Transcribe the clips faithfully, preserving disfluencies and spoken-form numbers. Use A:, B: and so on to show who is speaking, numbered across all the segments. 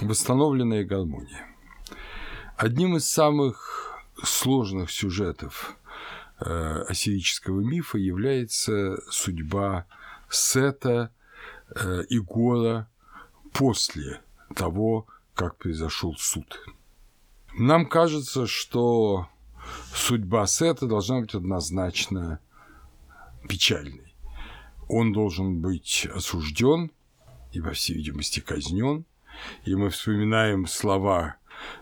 A: Восстановленная гармония. Одним из самых сложных сюжетов э, ассирийского мифа является судьба Сета э, и Гора после того, как произошел суд. Нам кажется, что судьба Сета должна быть однозначно печальной. Он должен быть осужден и, по всей видимости, казнен. И мы вспоминаем слова,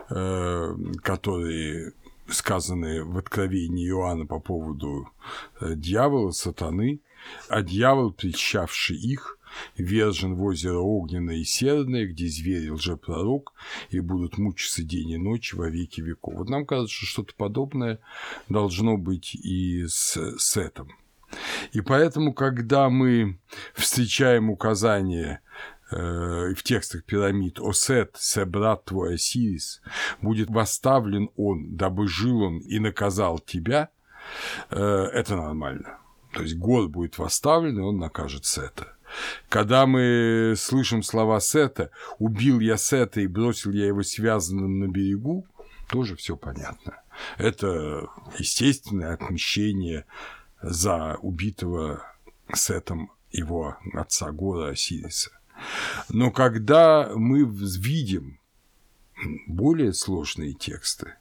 A: которые сказаны в Откровении Иоанна по поводу дьявола, сатаны, а дьявол, прельщавший их, вержен в озеро огненное и серное, где зверь и лжепророк, и будут мучиться день и ночь во веки веков. Вот нам кажется, что что-то подобное должно быть и с Сетом. И поэтому, когда мы встречаем указание в текстах пирамид «О Сет, се брат твой Осирис, будет восставлен он, дабы жил он и наказал тебя», это нормально. То есть Гор будет восставлен, и он накажет Сета. Когда мы слышим слова Сета «убил я Сета и бросил я его связанным на берегу», тоже все понятно. Это естественное отмщение за убитого Сетом его отца Гора Осириса. Но когда мы видим более сложные тексты,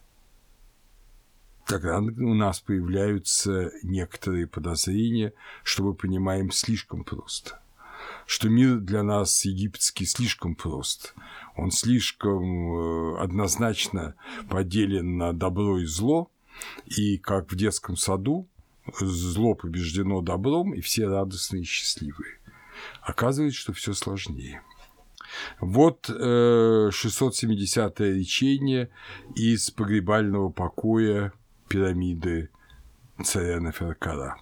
A: тогда у нас появляются некоторые подозрения, что мы понимаем слишком просто, что мир для нас египетский слишком прост, он слишком однозначно поделен на добро и зло, и как в детском саду зло побеждено добром, и все радостные и счастливые. Оказывается, что все сложнее. Вот э, шестьсот семидесятое речение из погребального покоя пирамиды царя Неферкара.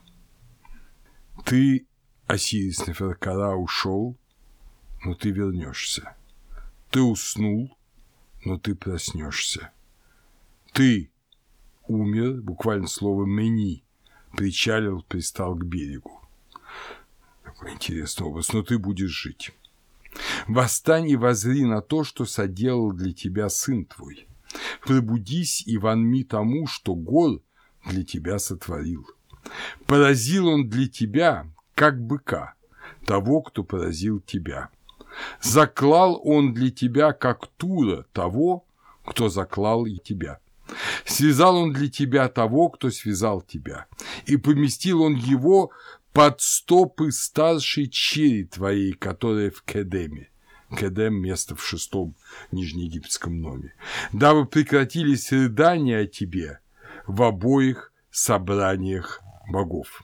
A: Ты, Осирис Неферкара, ушел, но ты вернешься. Ты уснул, но ты проснешься. Ты умер, буквально слово «мени», причалил, пристал к берегу. Такой интересный образ, но ты будешь жить. Восстань и воззри на то, что соделал для тебя сын твой. Пробудись и вонми тому, что Гор для тебя сотворил. Поразил он для тебя, как быка, того, кто поразил тебя. Заклал он для тебя, как тура, того, кто заклал и тебя. Связал он для тебя того, кто связал тебя, и поместил он его под стопы старшей чери твоей, которая в Кедеме. Кедем – место в шестом нижнеегипетском номе. Дабы прекратились рыдания о тебе в обоих собраниях богов.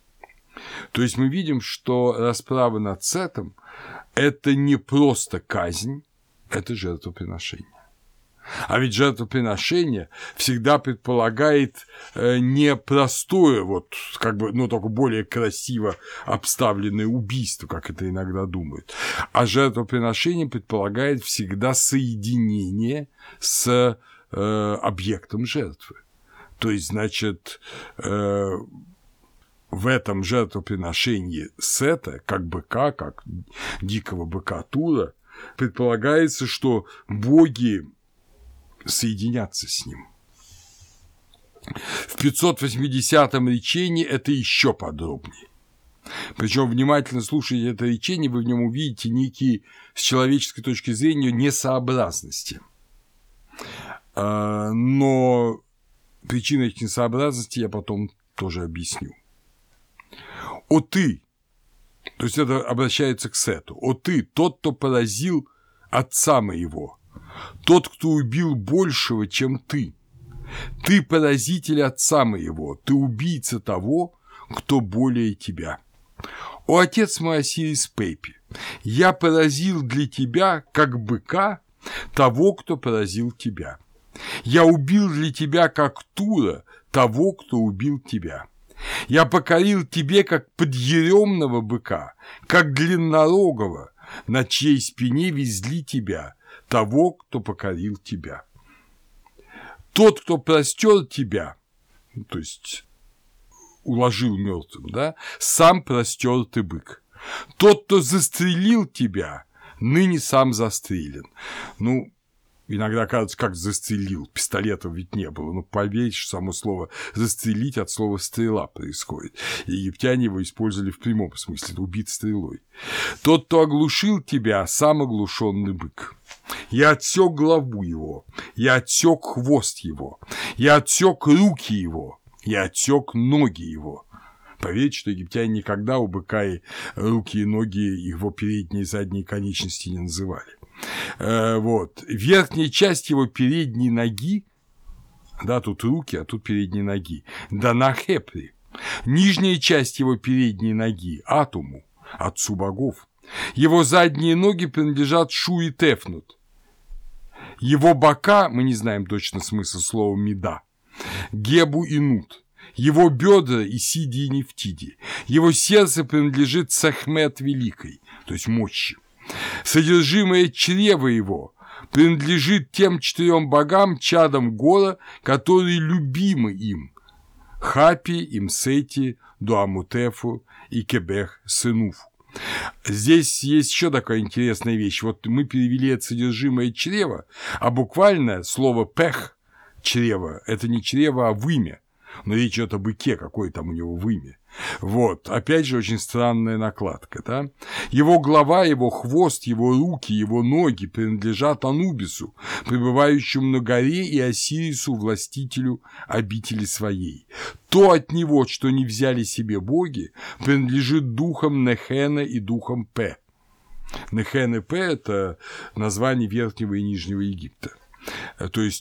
A: То есть мы видим, что расправа над Сетом – это не просто казнь, это жертвоприношение. А ведь жертвоприношение всегда предполагает не простое, вот, как бы, ну, только более красиво обставленное убийство, как это иногда думают, а жертвоприношение предполагает всегда соединение с э, объектом жертвы. То есть, значит, э, в этом жертвоприношении Сета, как быка, как дикого быка Тура, предполагается, что боги соединятся с ним. В пятьсот восьмидесятом речении это еще подробнее. Причем, внимательно слушая это речение, вы в нем увидите некие, с человеческой точки зрения, несообразности. Но причины этих несообразностей я потом тоже объясню. «О ты!» То есть это обращается к Сету. «О ты, тот, кто поразил отца моего, тот, кто убил большего, чем ты. Ты поразитель отца моего, ты убийца того, кто более тебя. О, отец мой Осирис Пепи, я поразил для тебя, как быка, того, кто поразил тебя. Я убил для тебя, как тура, того, кто убил тебя. Я покорил тебе, как подъеремного быка, как длиннорогого, на чьей спине везли тебя, того, кто покорил тебя. Тот, кто простер тебя, то есть уложил мертвым, да, сам простертый бык. Тот, кто застрелил тебя, ныне сам застрелен. Ну, иногда кажется, как застрелил, пистолетов ведь не было. Но поверьте, что само слово «застрелить» от слова «стрела» происходит. И египтяне его использовали в прямом смысле – убит стрелой. Тот, кто оглушил тебя, сам оглушенный бык. Я отсек главу его, я отсек хвост его, я отсек руки его, я отсек ноги его. Поверьте, что египтяне никогда у быка и руки и ноги его передние и задние конечности не называли. Вот. Верхняя часть его передней ноги, да, тут руки, а тут передние ноги, дана Хепри. Нижняя часть его передней ноги – Атуму, отцу богов. Его задние ноги принадлежат Шу и Тефнут. Его бока, мы не знаем точно смысл слова «меда», Гебу и Нут. Его бедра Исиди и Нефтиди. Его сердце принадлежит Сахмет Великой, то есть мощи. Содержимое чрева его принадлежит тем четырем богам, чадам Гора, которые любимы им – Хапи, Имсети, Дуамутефу и Кебех Сынуфу. Здесь есть еще такая интересная вещь. Вот мы перевели это содержимое чрева, а буквально слово «пех» – чрево – это не чрево, а вымя. Но речь идет о быке, какое там у него вымя. Вот, опять же, очень странная накладка, да? Его голова, его хвост, его руки, его ноги принадлежат Анубису, пребывающему на горе, и Осирису, властителю обители своей. То от него, что не взяли себе боги, принадлежит духам Нехена и духам Пе. Нехен и Пе – это название Верхнего и Нижнего Египта. То есть,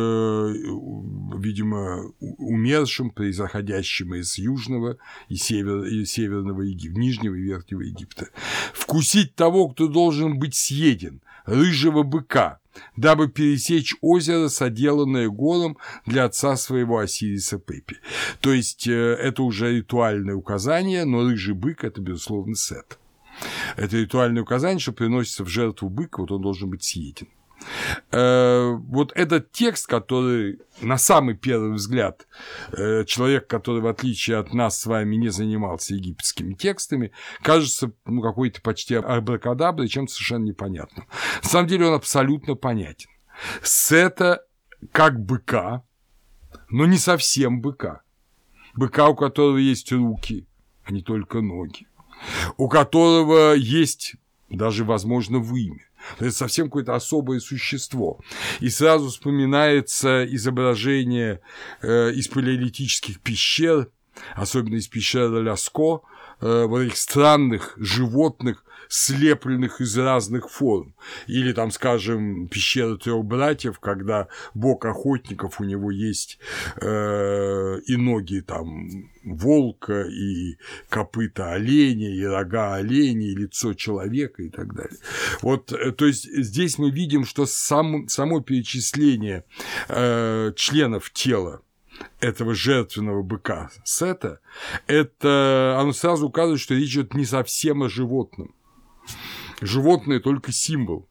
A: видимо, умершим, происходящим из Южного и, север, и Северного Египта, Нижнего и Верхнего Египта. Вкусить того, кто должен быть съеден, рыжего быка, дабы пересечь озеро, соделанное Гором для отца своего Осириса Пепи. То есть, это уже ритуальное указание, но рыжий бык – это, безусловно, Сет. Это ритуальное указание, что приносится в жертву бык, вот он должен быть съеден. Вот этот текст, который на самый первый взгляд человек, который в отличие от нас с вами не занимался египетскими текстами, кажется ну, какой-то почти абракадаброй, чем-то совершенно непонятным. На самом деле он абсолютно понятен. Сета как быка, но не совсем быка. Быка, у которого есть руки, а не только ноги. У которого есть даже, возможно, вымя. Это совсем какое-то особое существо. И сразу вспоминается изображение э, из палеолитических пещер, особенно из пещеры Ляско, э, вот этих странных животных, слепленных из разных форм. Или там, скажем, пещера трех братьев, когда бог охотников, у него есть э, и ноги там волка, и копыта оленя, и рога оленя, и лицо человека и так далее. Вот, то есть здесь мы видим, что сам, само перечисление э, членов тела этого жертвенного быка Сета, это оно сразу указывает, что речь идет не совсем о животном. Животное только символ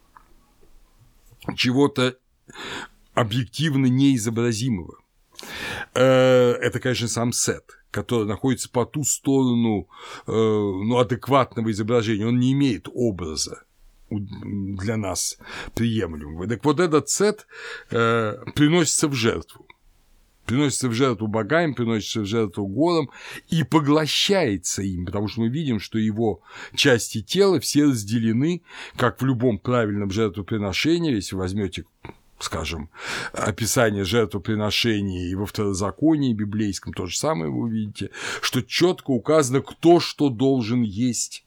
A: чего-то объективно неизобразимого. Это, конечно, сам Сет, который находится по ту сторону ну, адекватного изображения. Он не имеет образа для нас приемлемого. Так вот, этот Сет приносится в жертву. Приносится в жертву богам, приносится в жертву горам и поглощается им, потому что мы видим, что его части тела все разделены, как в любом правильном жертвоприношении, если вы возьмете, скажем, описание жертвоприношения и во Второзаконии библейском, то же самое вы увидите, что четко указано, кто что должен есть.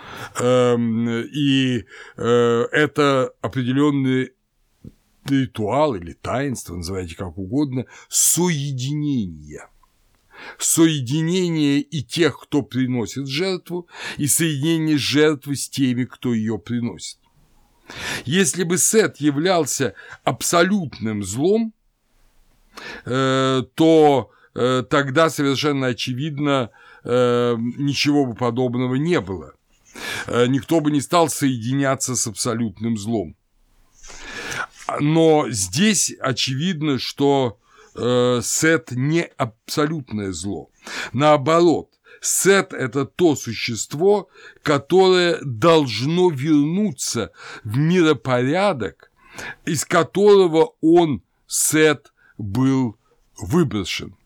A: И это определенные ритуал или таинство, называйте как угодно, соединения. Соединение и тех, кто приносит жертву, и соединение жертвы с теми, кто ее приносит. Если бы Сет являлся абсолютным злом, то тогда совершенно очевидно ничего бы подобного не было. Никто бы не стал соединяться с абсолютным злом. Но здесь очевидно, что э, Сет не абсолютное зло. Наоборот, Сет – это то существо, которое должно вернуться в миропорядок, из которого он, Сет, был выброшен.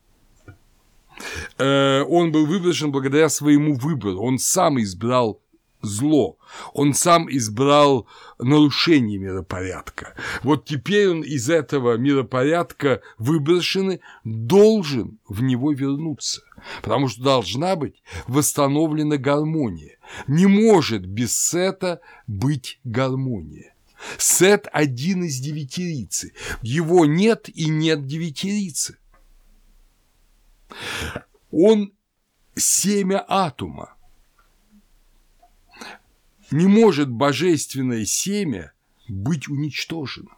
A: Он был выброшен благодаря своему выбору. Он сам избрал зло. Он сам избрал нарушение миропорядка. Вот теперь он из этого миропорядка выброшенный должен в него вернуться, потому что должна быть восстановлена гармония. Не может без Сета быть гармония. Сет – один из девятирицы. Его нет и нет девятирицы. Он семя атома. Не может божественное семя быть уничтожено.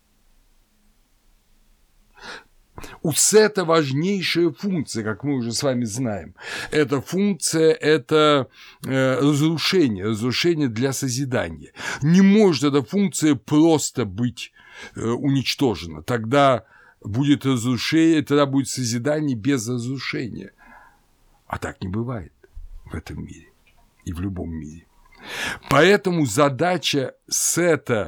A: У Сета важнейшая функция, как мы уже с вами знаем. Эта функция – это разрушение, разрушение для созидания. Не может эта функция просто быть уничтожена. Тогда будет разрушение, тогда будет созидание без разрушения. А так не бывает в этом мире и в любом мире. Поэтому задача Сета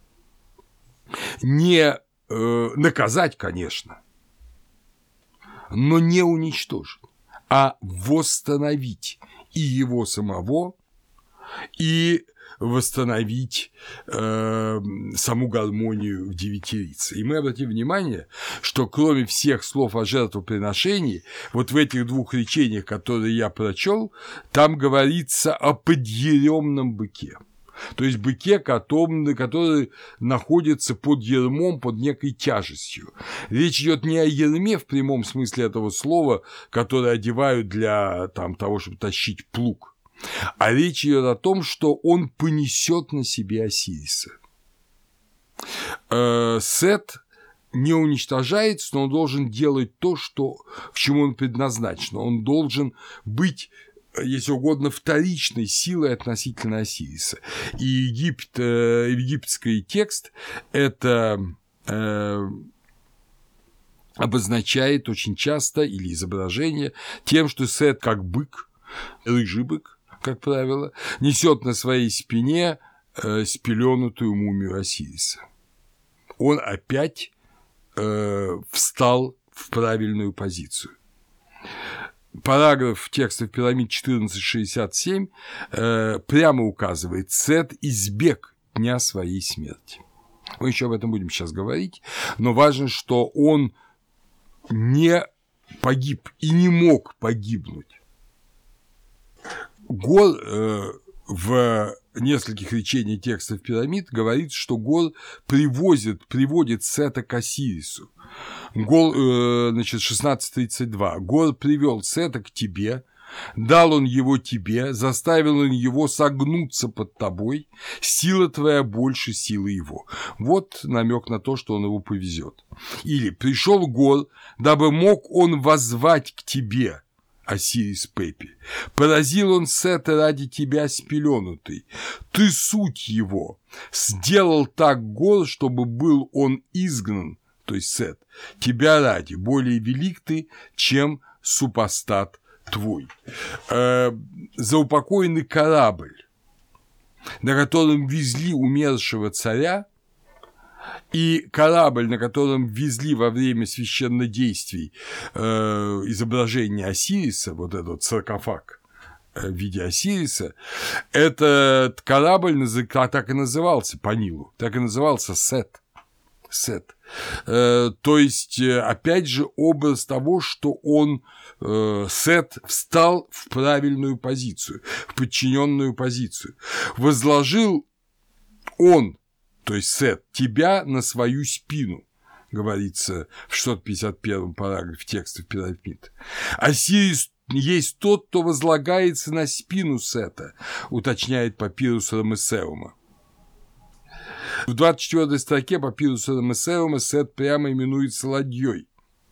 A: не э, наказать, конечно, но не уничтожить, а восстановить и его самого, и восстановить э, саму гармонию в девятирице. И мы обратим внимание, что кроме всех слов о жертвоприношении, вот в этих двух речениях, которые я прочел, там говорится о подъеремном быке. То есть быке, который, который находится под ермом, под некой тяжестью. Речь идет не о ерме в прямом смысле этого слова, которое одевают для там, того, чтобы тащить плуг, а речь идет о том, что он понесет на себе Осириса. Сет не уничтожается, но он должен делать то, что, к чему он предназначен. Он должен быть, если угодно, вторичной силой относительно Осириса. И Египет, египетский текст это обозначает очень часто или изображение тем, что Сет как бык, рыжий бык, как правило, несет на своей спине э, спеленутую мумию Осириса. Он опять э, встал в правильную позицию. Параграф текста пирамид четырнадцать шестьдесят семь э, прямо указывает: Сет избег дня своей смерти. Мы еще об этом будем сейчас говорить, но важно, что он не погиб и не мог погибнуть. Гор э, в нескольких речениях текстов пирамид говорит, что Гор привозит, приводит Сета к Осирису. Гор, э, значит, шестнадцать тридцать два. Гор привел Сета к тебе, дал он его тебе, заставил он его согнуться под тобой, сила твоя больше силы его. Вот намек на то, что он его повезет. Или пришел Гор, дабы мог он воззвать к тебе, Осирис Пепи. Поразил он Сета ради тебя спеленутый. Ты суть его. Сделал так Гор, чтобы был он изгнан, то есть Сет, тебя ради. Более велик ты, чем супостат твой. Э, заупокоенный корабль, на котором везли умершего царя, и корабль, на котором везли во время священнодействий э, изображение Осириса, вот этот саркофаг э, в виде Осириса, этот корабль так и назывался по Нилу, так и назывался Сет. Сет. Э, то есть, опять же, образ того, что он, э, Сет, встал в правильную позицию, в подчиненную позицию. Возложил он, то есть Сет, тебя на свою спину, говорится в шестьсот пятьдесят первом параграфе текста пирамид. Осирис есть тот, кто возлагается на спину Сета, уточняет папирус Рамесеума. В двадцать четвёртой строке папируса Рамесеума Сет прямо именуется ладьей.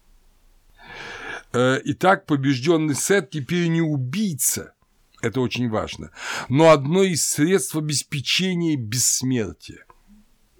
A: Итак, побежденный Сет теперь не убийца, это очень важно, но одно из средств обеспечения бессмертия.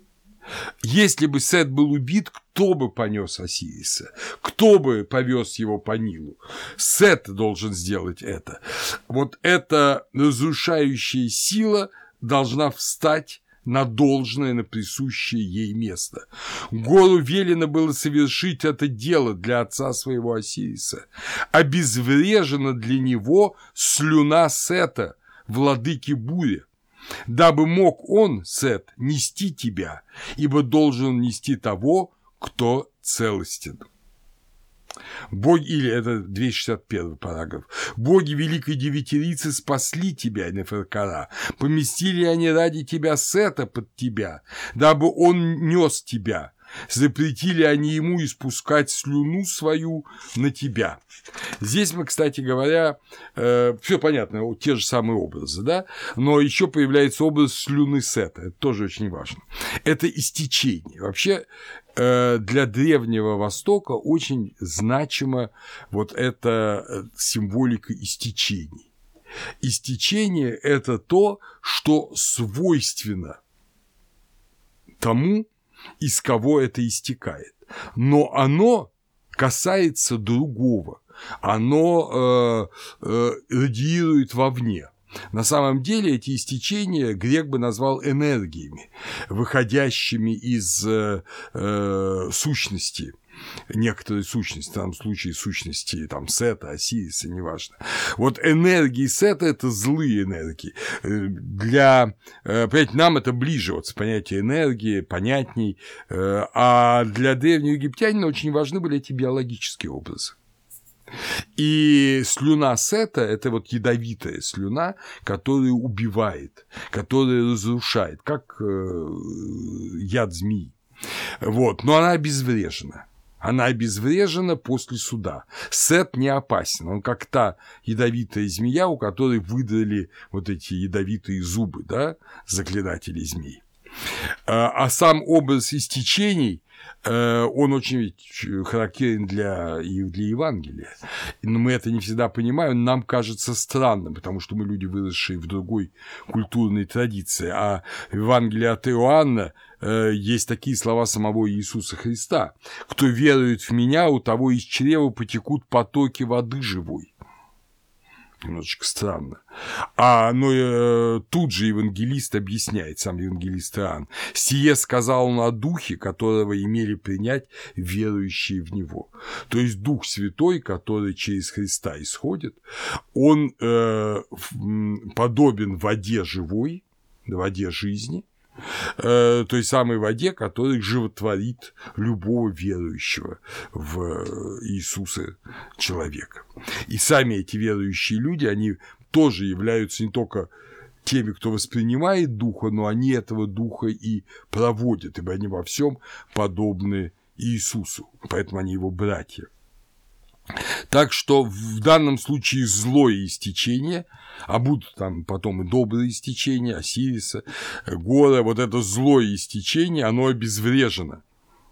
A: Если бы Сет был убит, кто бы понес Осириса? Кто бы повез его по Нилу? Сет должен сделать это. Вот эта разрушающая сила должна встать на должное, на присущее ей место. Гору велено было совершить это дело для отца своего Осириса. Обезврежена для него слюна Сета, владыки бури, дабы мог он, Сет, нести тебя, ибо должен нести того, кто целостен. Боги, или это двести шестьдесят первый параграф. Боги Великой Девятирицы спасли тебя, Неферкара, поместили они ради тебя Сета под тебя, дабы он нес тебя. Запретили они ему испускать слюну свою на тебя. Здесь мы, кстати говоря, э, все понятно, те же самые образы, да, но еще появляется образ слюны Сета, это тоже очень важно. Это истечение. Вообще э, для Древнего Востока очень значима вот эта символика истечений. Истечение – это то, что свойственно тому, из кого это истекает. Но оно касается другого. Оно э, э, радиирует вовне. На самом деле эти истечения грек бы назвал энергиями, выходящими из э, э, сущности. Некоторые сущности, в данном случае сущности там, Сета, Осириса, неважно. Вот энергии Сета – это злые энергии. Для, понимаете, нам это ближе, вот понятие энергии, понятней, а для древнего египтянина очень важны были эти биологические образы. И слюна Сета – это вот ядовитая слюна, которая убивает, которая разрушает, как яд змеи. Вот. Но она обезврежена. Она обезврежена после суда. Сет не опасен. Он как та ядовитая змея, у которой выдрали вот эти ядовитые зубы, да, заклинателей змей. А сам образ истечений, он очень характерен для, и для Евангелия. Но мы это не всегда понимаем, нам кажется странным, потому что мы люди, выросшие в другой культурной традиции. А в Евангелии от Иоанна есть такие слова самого Иисуса Христа: «Кто верует в Меня, у того из чрева потекут потоки воды живой». Немножечко странно. А, но э, тут же евангелист объясняет, сам евангелист Иоанн: «Сие сказал он о Духе, которого имели принять верующие в Него». То есть Дух Святой, который через Христа исходит, он э, подобен воде живой, воде жизни, э, той самой воде, которая животворит любого верующего в Иисуса человека. И сами эти верующие люди, они тоже являются не только теми, кто воспринимает Духа, но они этого Духа и проводят, ибо они во всем подобны Иисусу, поэтому они его братья. Так что в данном случае злое истечение, а будут там потом и добрые истечения, Осириса, Гора, вот это злое истечение, оно обезврежено.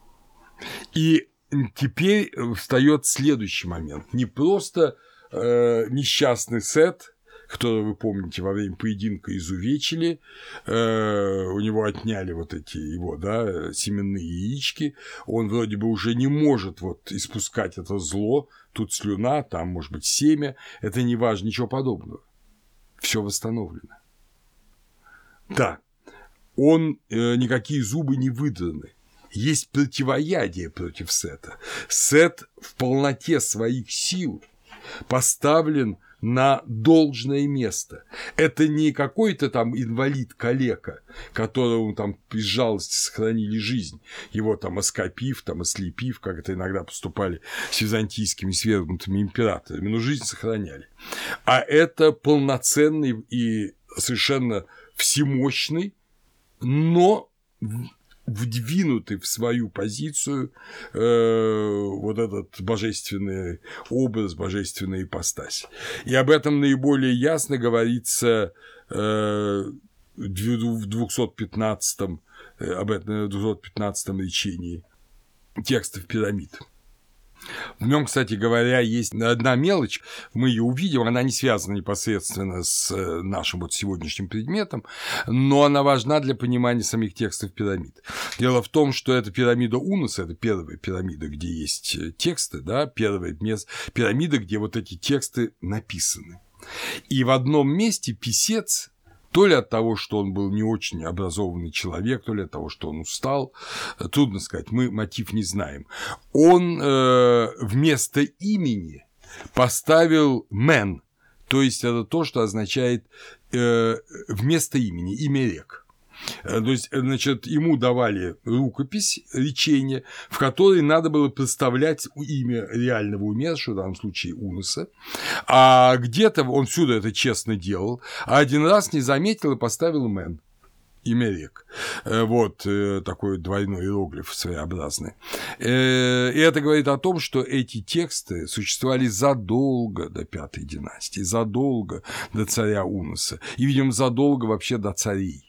A: И теперь встает следующий момент. Не просто э, несчастный Сет, которого, вы помните, во время поединка изувечили, э, у него отняли вот эти его, да, семенные яички, он вроде бы уже не может вот испускать это зло, тут слюна, там, может быть, семя, это не важно, ничего подобного. Все восстановлено. Да, он, э, никакие зубы не выдраны. Есть противоядие против Сета. Сет в полноте своих сил поставлен на должное место. Это не какой-то там инвалид-калека, которому там из жалости сохранили жизнь, его там оскопив, там ослепив, как это иногда поступали с византийскими свергнутыми императорами, но жизнь сохраняли. А это полноценный и совершенно всемощный, но вдвинутый в свою позицию э, вот этот божественный образ, божественная ипостась. И об этом наиболее ясно говорится э, в двухсот пятнадцатом, э, об этом двухсот пятнадцатом речении текстов пирамид. В нем, кстати говоря, есть одна мелочь, мы ее увидим, она не связана непосредственно с нашим вот сегодняшним предметом, но она важна для понимания самих текстов пирамид. Дело в том, что эта пирамида Уноса, это первая пирамида, где есть тексты, да, первая пирамида, где вот эти тексты написаны. И в одном месте писец, то ли от того, что он был не очень образованный человек, то ли от того, что он устал, трудно сказать, мы мотив не знаем. Он э, вместо имени поставил «мен», то есть это то, что означает э, вместо имени, имя рек. То есть, значит, ему давали рукопись, речение, в которой надо было представлять имя реального умершего, в данном случае Уноса, а где-то он всюду это честно делал, а один раз не заметил и поставил «мен», имя рек. Вот такой двойной иероглиф своеобразный. И это говорит о том, что эти тексты существовали задолго до пятой династии, задолго до царя Уноса и, видимо, задолго вообще до царей.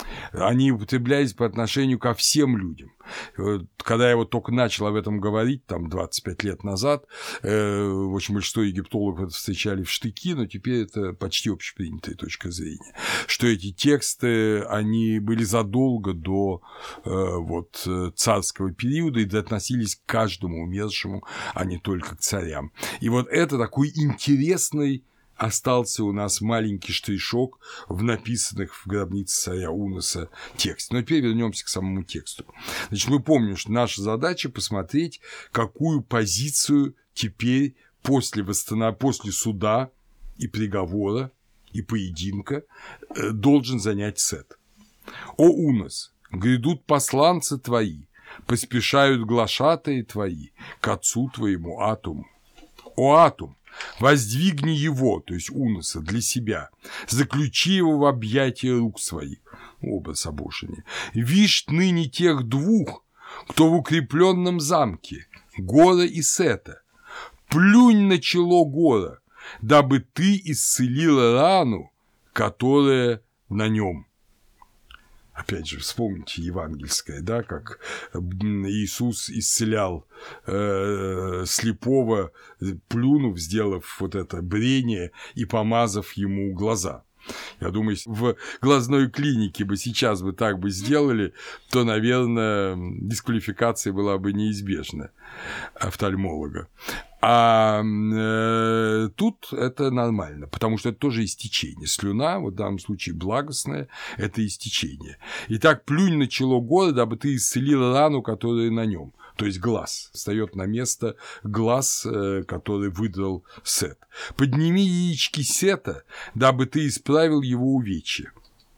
A: Они употреблялись по отношению ко всем людям. Когда я вот только начал об этом говорить, там, двадцать пять лет назад, э, очень большинство египтологов это встречали в штыки, но теперь это почти общепринятая точка зрения, что эти тексты, они были задолго до э, вот, царского периода и относились к каждому умершему, а не только к царям. И вот это такой интересный остался у нас маленький штришок в написанных в гробнице царя Уноса тексте. Но теперь вернемся к самому тексту. Значит, мы помним, что наша задача посмотреть, какую позицию теперь после, восстанов... после суда и приговора и поединка должен занять Сет. «О Унос, грядут посланцы твои, поспешают глашатые твои к отцу твоему Атуму. О Атум, воздвигни его, то есть Уноса, для себя, заключи его в объятия рук своих», образ обошения. «Вишь ныне тех двух, кто в укрепленном замке, Гора и Сета. Плюнь на чело Гора, дабы ты исцелила рану, которая на нем». Опять же, вспомните евангельское, да, как Иисус исцелял э, слепого, плюнув, сделав вот это брение и помазав ему глаза. Я думаю, если в глазной клинике бы сейчас бы так бы сделали, то, наверное, дисквалификация была бы неизбежна офтальмолога. А э, тут это нормально, потому что это тоже истечение. Слюна, вот в данном случае благостная, это истечение. Итак, плюнь на чело Гора, дабы ты исцелила рану, которая на нем. То есть глаз. Встает на место глаз, э, который выдрал Сет. Подними яички Сета, дабы ты исправил его увечье.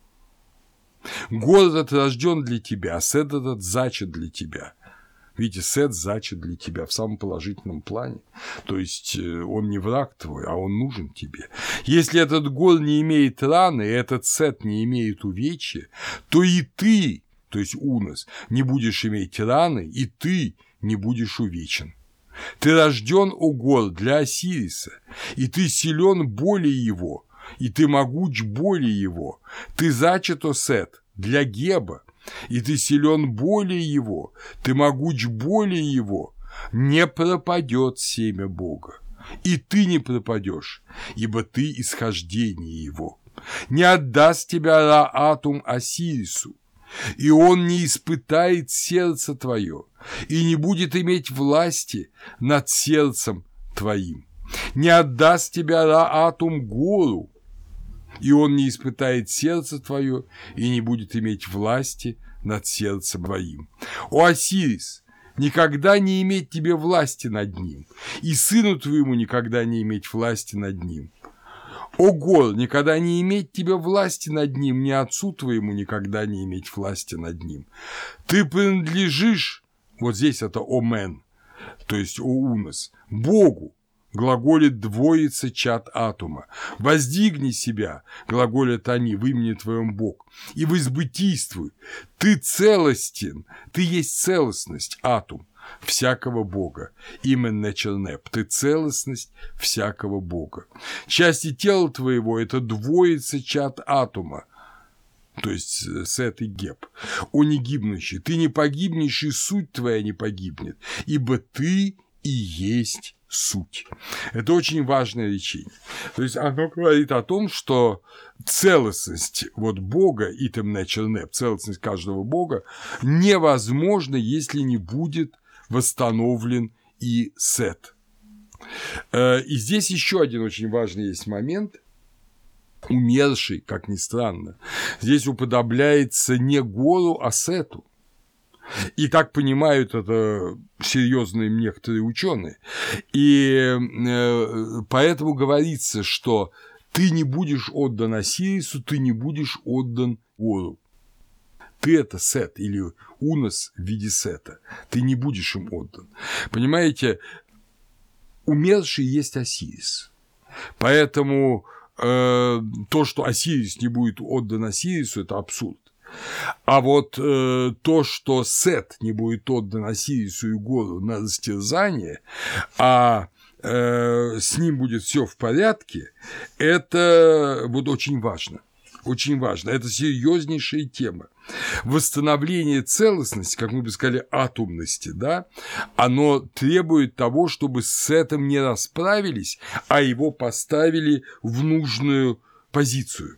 A: Гор этот рожден для тебя, а Сет этот зачат для тебя. Видите, Сет зачат для тебя в самом положительном плане. То есть он не враг твой, а он нужен тебе. Если этот Гор не имеет раны, и этот Сет не имеет увечья, то и ты, то есть Унос, не будешь иметь раны, и ты не будешь увечен. Ты рожден, о Гор, для Осириса, и ты силен более его, и ты могуч более его. Ты зачат, о Сет, для Геба, и ты силен более его, ты могуч более его. Не пропадет семя Бога, и ты не пропадешь, ибо ты исхождение его. Не отдаст тебя Ра-Атум Осирису, и он не испытает сердце твое, и не будет иметь власти над сердцем твоим. Не отдаст тебя Ра-Атум Гору, и он не испытает сердце твое, и не будет иметь власти над сердцем твоим. О Осирис, никогда не иметь тебе власти над ним, и сыну твоему никогда не иметь власти над ним. О Гор, никогда не иметь тебе власти над ним, ни отцу твоему никогда не иметь власти над ним. Ты принадлежишь, вот здесь это Омен, то есть о Унос, Богу, глаголит двоица чад Атума. Воздвигни себя, глаголят они, в имени твоем Бог, и возбытийствуй. Ты целостен, ты есть целостность, Атум, всякого Бога. Именно Чернеп, ты целостность всякого Бога. Части тела твоего – это двоица чад Атума, то есть Сет и Геб. О негибнущий, ты не погибнешь, и суть твоя не погибнет, ибо ты и есть суть. Это очень важное речение. То есть оно говорит о том, что целостность вот Бога, итем чернеп, целостность каждого Бога невозможна, если не будет восстановлен и Сет. И здесь еще один очень важный есть момент. Умерший, как ни странно, здесь уподобляется не Гору, а Сету. И так понимают это серьезные некоторые ученые. И поэтому говорится, что ты не будешь отдан Осирису, ты не будешь отдан Гору. Ты – это Сет, или Унос в виде Сета. Ты не будешь им отдан. Понимаете, умерший есть Осирис. Поэтому э, то, что Осирис не будет отдан Осирису, это абсурд. А вот э, то, что Сет не будет отдан Осирису и Гору на растерзание, а э, с ним будет все в порядке, это вот очень важно. Очень важно. Это серьезнейшая тема. Восстановление целостности, как мы бы сказали, атомности, да, оно требует того, чтобы с этим не расправились, а его поставили в нужную позицию.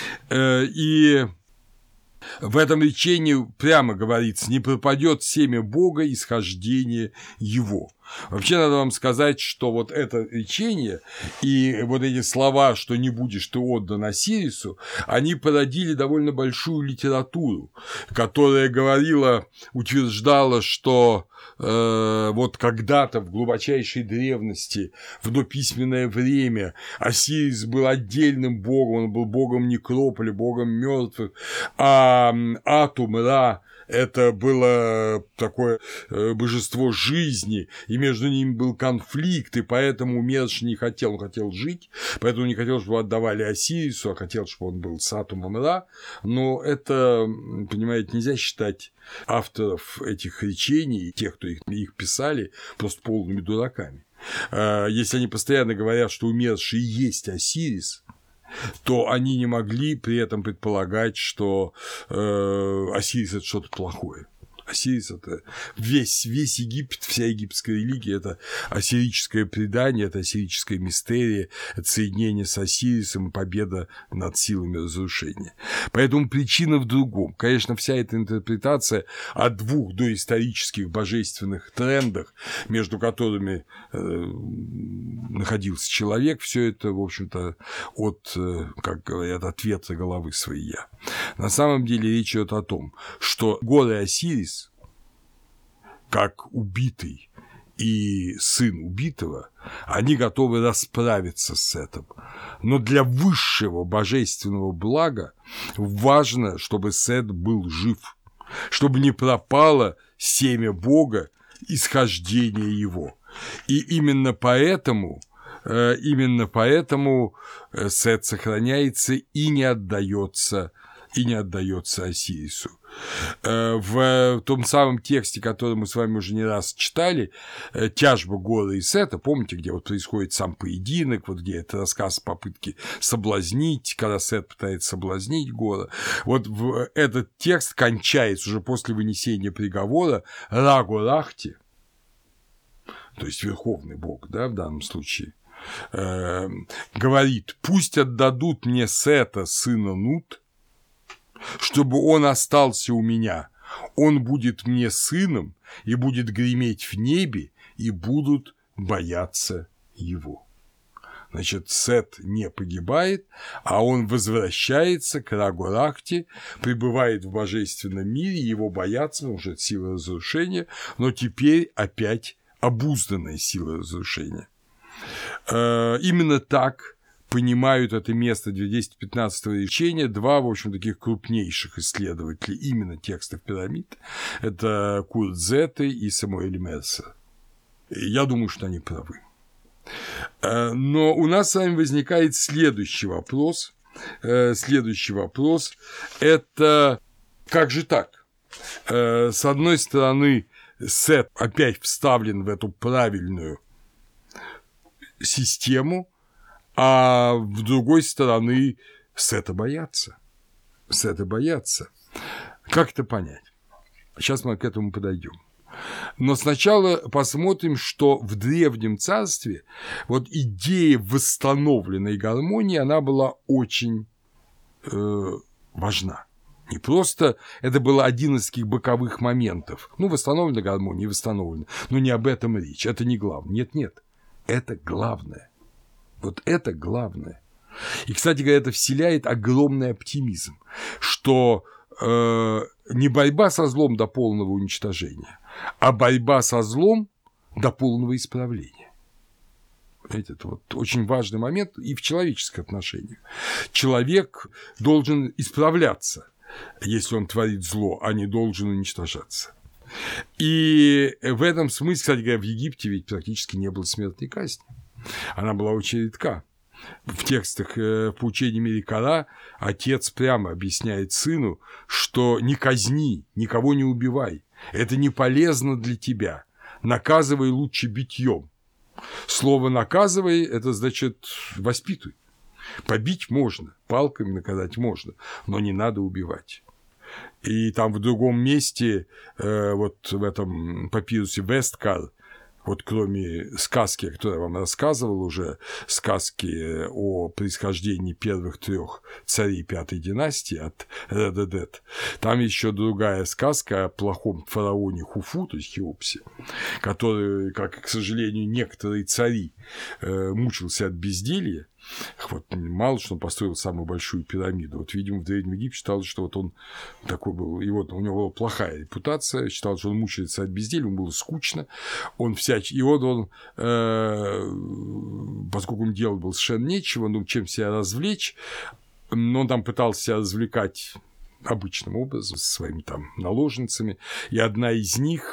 A: И в этом речении прямо говорится: не пропадет семя Бога и схождение его. Вообще надо вам сказать, что вот это речение и вот эти слова, что не будешь ты отдан Осирису, они породили довольно большую литературу, которая говорила, утверждала, что э, вот когда-то в глубочайшей древности, в дописьменное время, Осирис был отдельным богом, он был богом некрополя, богом мертвых, а Атум, Ра, это было такое божество жизни, и между ними был конфликт, и поэтому умерший не хотел, он хотел жить, поэтому не хотел, чтобы отдавали Осирису, а хотел, чтобы он был с Атумом Ра. Но это, понимаете, нельзя считать авторов этих речений, тех, кто их, их писали, просто полными дураками. Если они постоянно говорят, что умерший есть Осирис, то они не могли при этом предполагать, что э, Осирис – это что-то плохое. Осирис – это весь, весь Египет, вся египетская религия – это осирическое предание, это осирическая мистерия, это соединение с Осирисом и победа над силами разрушения. Поэтому причина в другом. Конечно, вся эта интерпретация о двух доисторических божественных трендах, между которыми э, находился человек, все это, в общем-то, от, э, как говорят, от ветра головы своей. На самом деле речь идет о том, что горы Осирис, как убитый и сын убитого, они готовы расправиться с этим. Но для высшего божественного блага важно, чтобы Сет был жив, чтобы не пропало семя Бога, исхождение его. И именно поэтому, именно поэтому Сет сохраняется и не отдается, и не отдается Осирису. В том самом тексте, который мы с вами уже не раз читали, «Тяжба Гора и Сета», помните, где вот происходит сам поединок, вот где это рассказ о попытке соблазнить, когда Сет пытается соблазнить Гора, вот в этот текст кончается уже после вынесения приговора Ра-Горахти, то есть верховный бог, да, в данном случае, э, говорит: «Пусть отдадут мне Сета, сына Нут, чтобы он остался у меня. Он будет мне сыном и будет греметь в небе, и будут бояться его». Значит, Сет не погибает, а он возвращается к Ра-Горахти, пребывает в божественном мире, его боятся, потому что это сила разрушения, но теперь опять обузданная сила разрушения. Именно так понимают это место двести пятнадцатого речения два, в общем, таких крупнейших исследователей именно текстов пирамид. Это Курт Зетте и Самуэль Мерсер. Я думаю, что они правы. Но у нас с вами возникает следующий вопрос. Следующий вопрос – это как же так? С одной стороны, Сет опять вставлен в эту правильную систему, а с другой стороны, Сета боятся. Сета боятся. Как это понять? Сейчас мы к этому подойдем. Но сначала посмотрим, что в Древнем Царстве вот идея восстановленной гармонии, она была очень э, важна. Не просто это был один из таких боковых моментов. Ну, восстановлена гармония, восстановлена. Но не об этом речь. Это не главное. Нет-нет. Это главное. Вот это главное. И, кстати говоря, это вселяет огромный оптимизм, что э, не борьба со злом до полного уничтожения, а борьба со злом до полного исправления. Понимаете, это вот очень важный момент и в человеческих отношениях. Человек должен исправляться, если он творит зло, а не должен уничтожаться. И в этом смысле, кстати говоря, в Египте ведь практически не было смертной казни. Она была очень редка. В текстах в поучении Мерикара отец прямо объясняет сыну, что не казни, никого не убивай. Это не полезно для тебя. Наказывай лучше битьем. Слово «наказывай» – это значит «воспитуй». Побить можно, палками наказать можно, но не надо убивать. И там в другом месте, э, вот в этом папирусе Весткар, вот кроме сказки, которую я вам рассказывал уже, сказки о происхождении первых трех царей пятой династии от Редедет, там еще другая сказка о плохом фараоне Хуфу, то есть Хеопсе, который, как, к сожалению, некоторые цари, э, мучился от безделья. Вот, мало что он построил самую большую пирамиду. Вот, видимо, в Древнем Египте считалось, что вот он такой был, и вот у него была плохая репутация, считал, что он мучается от безделья, ему было скучно, он всяч... и вот он, э... поскольку он делал было совершенно нечего, ну, чем себя развлечь, но он там пытался себя развлекать обычным образом, со своими там наложницами, и одна из них,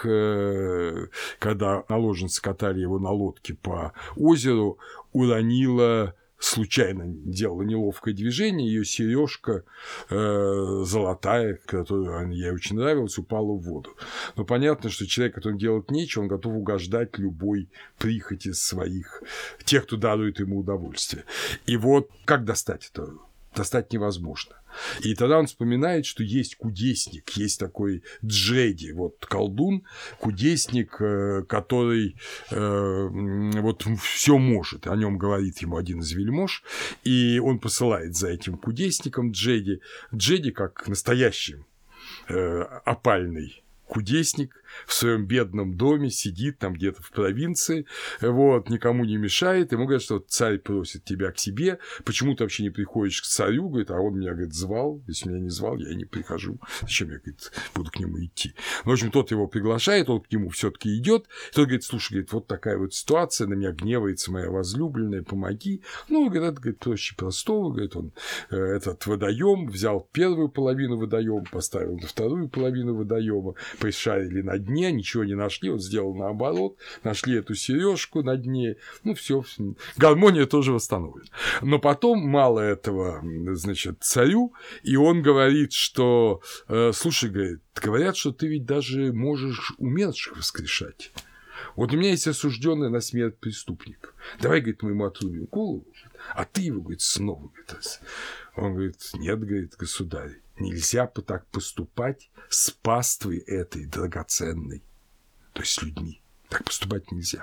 A: когда наложницы катали его на лодке по озеру, уронила, случайно делала неловкое движение, ее сережка э, золотая, которая ей очень нравилась, упала в воду. Но понятно, что человек, который делает нечего, он готов угождать любой прихоти своих, тех, кто дарует ему удовольствие. И вот как достать это? Достать невозможно. И тогда он вспоминает, что есть кудесник, есть такой Джеди, вот колдун, кудесник, который э, вот все может, о нем говорит ему один из вельмож, и он посылает за этим кудесником Джеди. Джеди, как настоящий э, опальный кудесник, в своем бедном доме сидит там где-то в провинции, вот, никому не мешает, ему говорят, что царь просит тебя к себе, почему ты вообще не приходишь к царю, говорит, а он меня, говорит, звал, если меня не звал, я и не прихожу, зачем я, говорит, буду к нему идти. Ну, в общем, тот его приглашает, он к нему все-таки идет, тот говорит, слушай, говорит, вот такая вот ситуация, на меня гневается моя возлюбленная, помоги. Ну, говорит, это, говорит, проще простого, говорит, он этот водоем взял первую половину водоема, поставил на вторую половину водоема, пришарили на дне, ничего не нашли, он сделал наоборот, нашли эту сережку на дне, ну, все, гармония тоже восстановлена. Но потом мало этого, значит, царю, и он говорит, что, слушай, говорит, говорят, что ты ведь даже можешь умерших воскрешать. Вот у меня есть осужденный на смерть преступник. Давай, говорит, мы ему отрубим голову, а ты его, говорит, снова, говорит. Он говорит, нет, говорит, государь, нельзя так поступать с паствой этой драгоценной, то есть с людьми. Так поступать нельзя.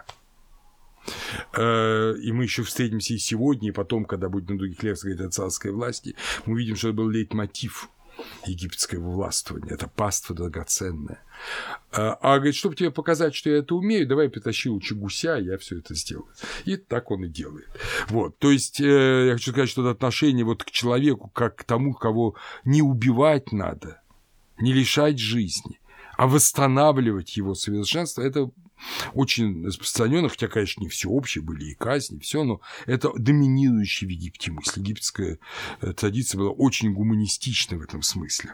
A: И мы еще встретимся и сегодня, и потом, когда будет на других лекциях говорить о царской власти, мы увидим, что это был лейтмотив египетского властвования. Это паства драгоценная. А говорит, чтобы тебе показать, что я это умею, давай притащи лучше гуся, я все это сделаю. И так он и делает. Вот. То есть, я хочу сказать, что это отношение вот к человеку, как к тому, кого не убивать надо, не лишать жизни, а восстанавливать его совершенство, это очень распространено, хотя, конечно, не всеобщие были и казни, все, но это доминирующая в Египте мысль. Египетская традиция была очень гуманистична в этом смысле.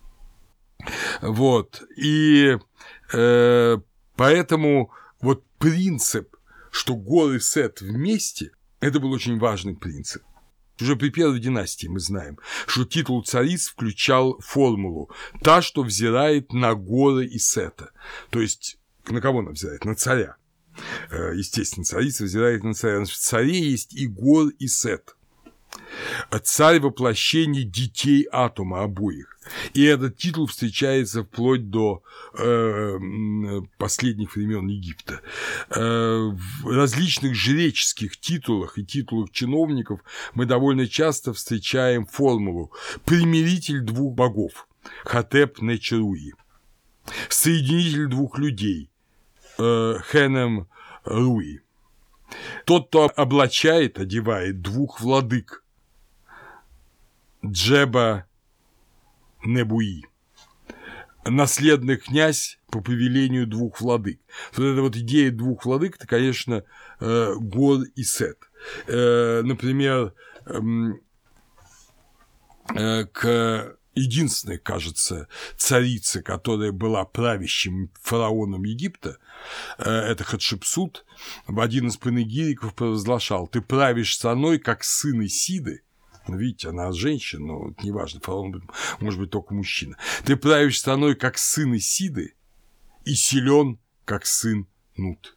A: Вот. И э, поэтому вот принцип, что Гор и Сет вместе, это был очень важный принцип. Уже при первой династии мы знаем, что титул цариц включал формулу «та, что взирает на Гора и Сета». То есть, на кого она взирает? На царя. Естественно, царица взирает на царя. В царе есть и Гор, и Сет. Царь — воплощение детей Атума обоих. И этот титул встречается вплоть до э, последних времен Египта. Э, в различных жреческих титулах и титулах чиновников мы довольно часто встречаем формулу «примиритель двух богов» – Хотеп-Нечеруи, «соединитель двух людей» э, – Хенем-Руи, тот, кто облачает, одевает двух владык – Джеба Небуи, наследный князь по повелению двух владык. Вот эта вот идея двух владык, это, конечно, Гор и Сет. Например, к единственной, кажется, царице, которая была правящим фараоном Египта, это Хатшепсут, в один из панегириков провозглашал: «Ты правишь страной, как сын Исиды». Видите, она женщина, но неважно, фараон может быть только мужчина. «Ты правишь страной, как сын Исиды, и силен, как сын Нут».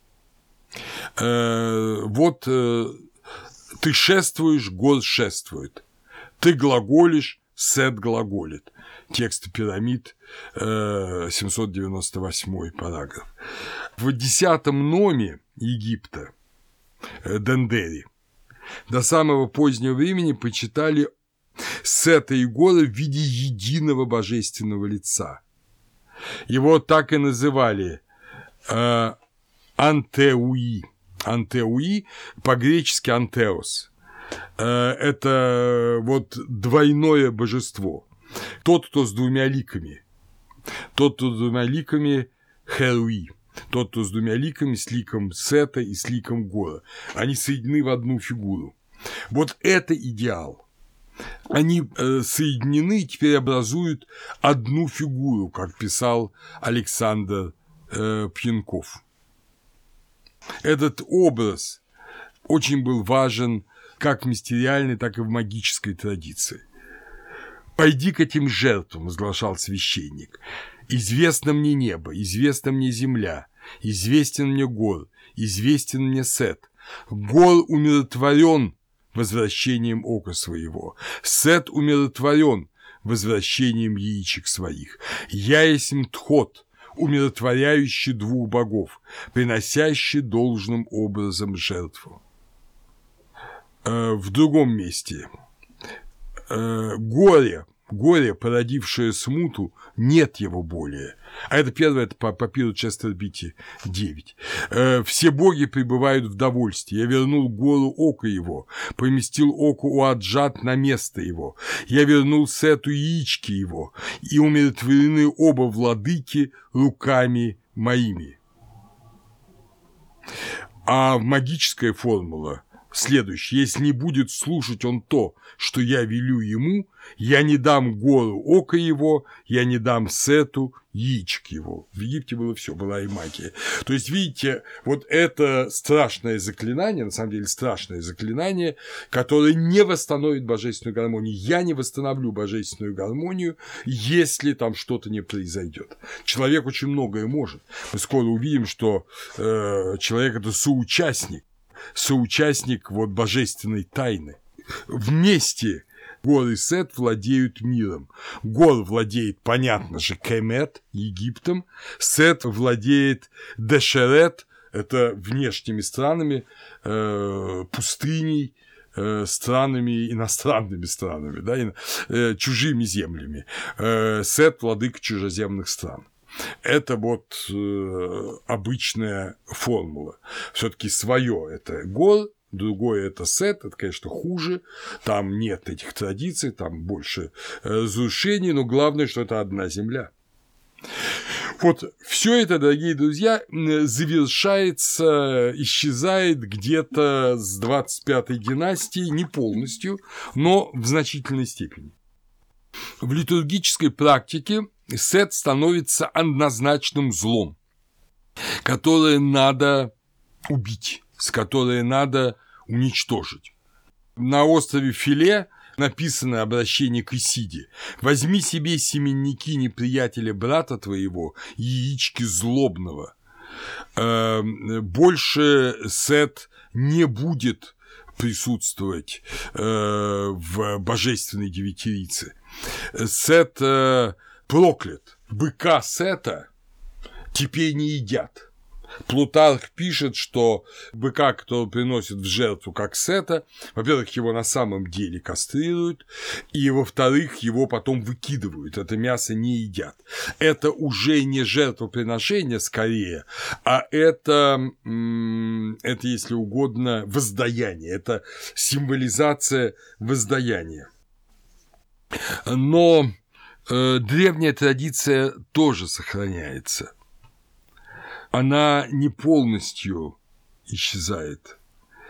A: Э, вот э, ты шествуешь, Гор шествует. Ты глаголишь, Сет глаголит. Текст пирамид, э, семьсот девяносто восьмой параграф. В десятом номе Египта, э, Дендери, до самого позднего времени почитали Сета и Гора в виде единого божественного лица. Его так и называли э, Антеуи. Антеуи, по-гречески Антеос. Э, это вот двойное божество. Тот, кто с двумя ликами. Тот, кто с двумя ликами Херуи. Тот, кто с двумя ликами, с ликом Сета и с ликом Гора. Они соединены в одну фигуру. Вот это идеал. Они э, соединены и теперь образуют одну фигуру, как писал Александр э, Пьянков. Этот образ очень был важен как в мистериальной, так и в магической традиции. «Пойди к этим жертвам», – возглашал священник. «Известно мне небо, известна мне земля, известен мне Гор, известен мне Сет. Гор умиротворен возвращением ока своего, Сет умиротворен возвращением яичек своих. Я есмь Тхот, умиротворяющий двух богов, приносящий должным образом жертву». В другом месте: «Горе, горе, породившее смуту, нет его более». А это первое, это по папиру Честер-Бити девять. «Все боги пребывают в довольстве. Я вернул Гору око его, поместил око у Аджат на место его. Я вернул Сету яички его, и умиротворены оба владыки руками моими». А магическая формула следующее: «Если не будет слушать он то, что я велю ему, я не дам Гору око его, я не дам Сету яичек его». В Египте было все, была и магия. То есть, видите, вот это страшное заклинание, на самом деле страшное заклинание, которое не восстановит божественную гармонию. Я не восстановлю божественную гармонию, если там что-то не произойдет. Человек очень многое может. Мы скоро увидим, что э, человек – это соучастник. соучастник вот божественной тайны. Вместе Гор и Сет владеют миром. Гор владеет, понятно же, Кемет, Египтом. Сет владеет Дешерет, это внешними странами, э, пустыней, э, странами, иностранными странами, да, и, э, чужими землями. Э, Сет – владыка чужеземных стран. Это вот э, обычная формула. Все-таки свое это Гор, другое это Сет, это, конечно, хуже. Там нет этих традиций, там больше разрушений, но главное, что это одна земля. Вот все это, дорогие друзья, завершается, исчезает где-то с двадцать пятой династии, не полностью, но в значительной степени. В литургической практике Сет становится однозначным злом, которое надо убить, с которое надо уничтожить. На острове Филе написано обращение к Исиде: «Возьми себе семенники неприятеля брата твоего, яички злобного». Больше Сет не будет присутствовать в божественной девятирице. Сет э, проклят. Быка Сета теперь не едят. Плутарх пишет, что быка, который приносит в жертву как Сета, во-первых, его на самом деле кастрируют, и, во-вторых, его потом выкидывают, это мясо не едят. Это уже не жертвоприношение скорее, а это, это, если угодно, воздаяние, это символизация воздаяния. Но э, древняя традиция тоже сохраняется. Она не полностью исчезает.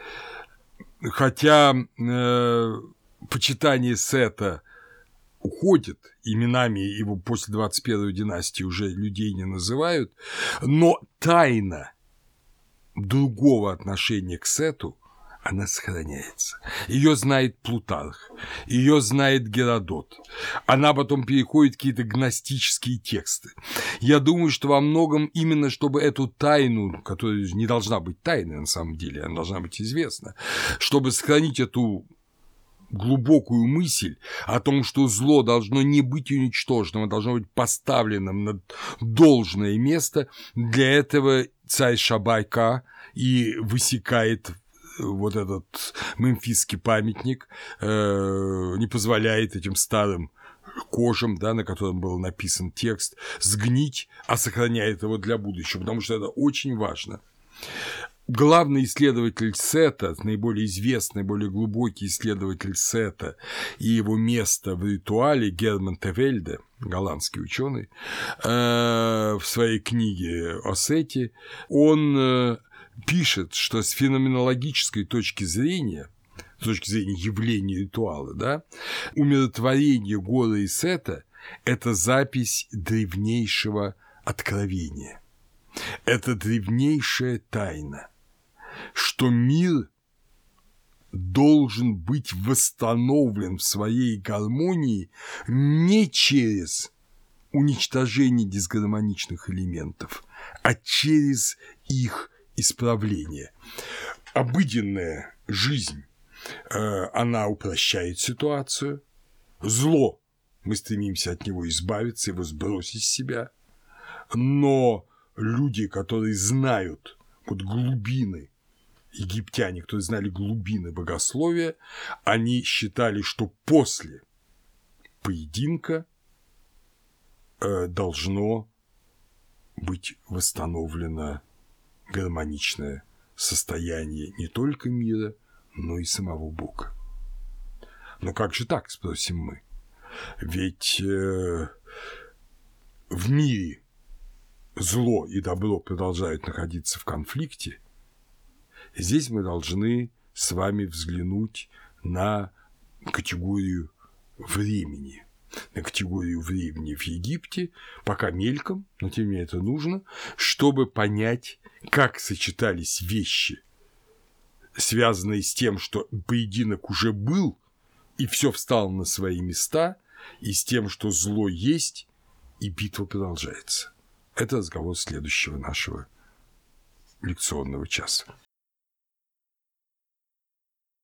A: Хотя э, почитание Сета уходит, именами его после двадцать первой династии уже людей не называют, но тайна другого отношения к Сету, она сохраняется. Ее знает Плутарх, ее знает Геродот. Она потом переходит в какие-то гностические тексты. Я думаю, что во многом именно чтобы эту тайну, которая не должна быть тайной на самом деле, она должна быть известна, чтобы сохранить эту глубокую мысль о том, что зло должно не быть уничтоженным, а должно быть поставленным на должное место, для этого царь Шабай-Ка и высекает вот этот мемфисский памятник, э, не позволяет этим старым кожам, да, на котором был написан текст, сгнить, а сохраняет его для будущего, потому что это очень важно. Главный исследователь Сета, наиболее известный, более глубокий исследователь Сета и его место в ритуале, Герман Тевельде, голландский ученый, э, в своей книге о Сете, он э, пишет, что с феноменологической точки зрения, с точки зрения явления ритуала, да, умиротворение горы и Сета – это запись древнейшего откровения, это древнейшая тайна, что мир должен быть восстановлен в своей гармонии не через уничтожение дисгармоничных элементов, а через их исправление. Обыденная жизнь, она упрощает ситуацию. Зло, мы стремимся от него избавиться, его сбросить с себя. Но люди, которые знают вот глубины, египтяне, которые знали глубины богословия, они считали, что после поединка должно быть восстановлено гармоничное состояние не только мира, но и самого Бога. Но как же так, спросим мы? Ведь э, в мире зло и добро продолжают находиться в конфликте. Здесь мы должны с вами взглянуть на категорию времени. На категорию времени в Египте, пока мельком, но тем не менее это нужно, чтобы понять, как сочетались вещи, связанные с тем, что поединок уже был, и все встало на свои места, и с тем, что зло есть, и битва продолжается. Это разговор следующего нашего лекционного часа.